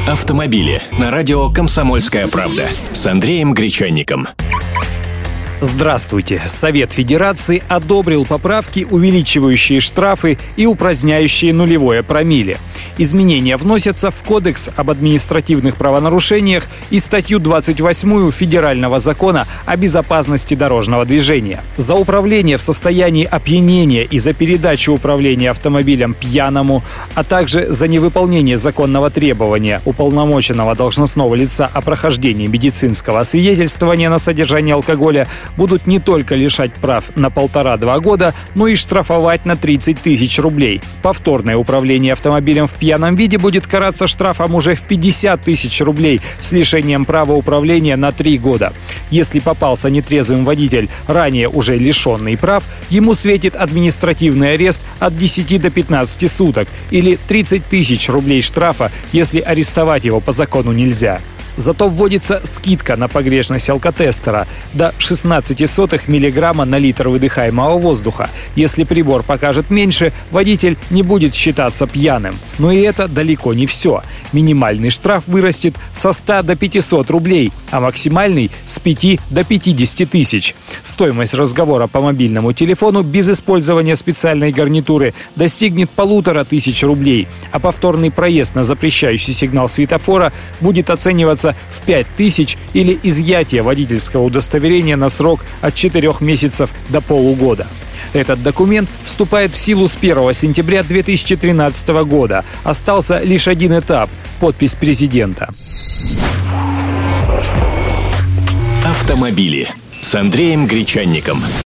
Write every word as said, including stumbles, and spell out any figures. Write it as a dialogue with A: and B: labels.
A: Автомобили на радио «Комсомольская правда» с Андреем Гречанником.
B: Здравствуйте. Совет Федерации одобрил поправки, увеличивающие штрафы и упраздняющие нулевое промилле. Изменения вносятся в Кодекс об административных правонарушениях и статью двадцать восьмую Федерального закона о безопасности дорожного движения. За управление в состоянии опьянения и за передачу управления автомобилем пьяному, а также за невыполнение законного требования уполномоченного должностного лица о прохождении медицинского освидетельствования на содержание алкоголя будут не только лишать прав на полтора-два года, но и штрафовать на тридцать тысяч рублей. Повторное управление автомобилем в пьяном виде будет караться штрафом уже в пятьдесят тысяч рублей с лишением права управления на три года. Если попался нетрезвым водитель, ранее уже лишенный прав, ему светит административный арест от десяти до пятнадцати суток или тридцать тысяч рублей штрафа, если арестовать его по закону нельзя. Зато вводится скидка на погрешность алкотестера до шестнадцать сотых миллиграмма на литр выдыхаемого воздуха. Если прибор покажет меньше, водитель не будет считаться пьяным. Но и это далеко не все. Минимальный штраф вырастет со ста до пятисот рублей, а максимальный – с пяти до пятидесяти тысяч. Стоимость разговора по мобильному телефону без использования специальной гарнитуры достигнет полутора тысяч рублей, а повторный проезд на запрещающий сигнал светофора будет оцениваться в пять тысяч или изъятие водительского удостоверения на срок от четырёх месяцев до полугода. Этот документ вступает в силу с первого сентября две тысячи тринадцатого года. Остался лишь один этап – подпись президента.
A: Автомобили с Андреем Гречанником.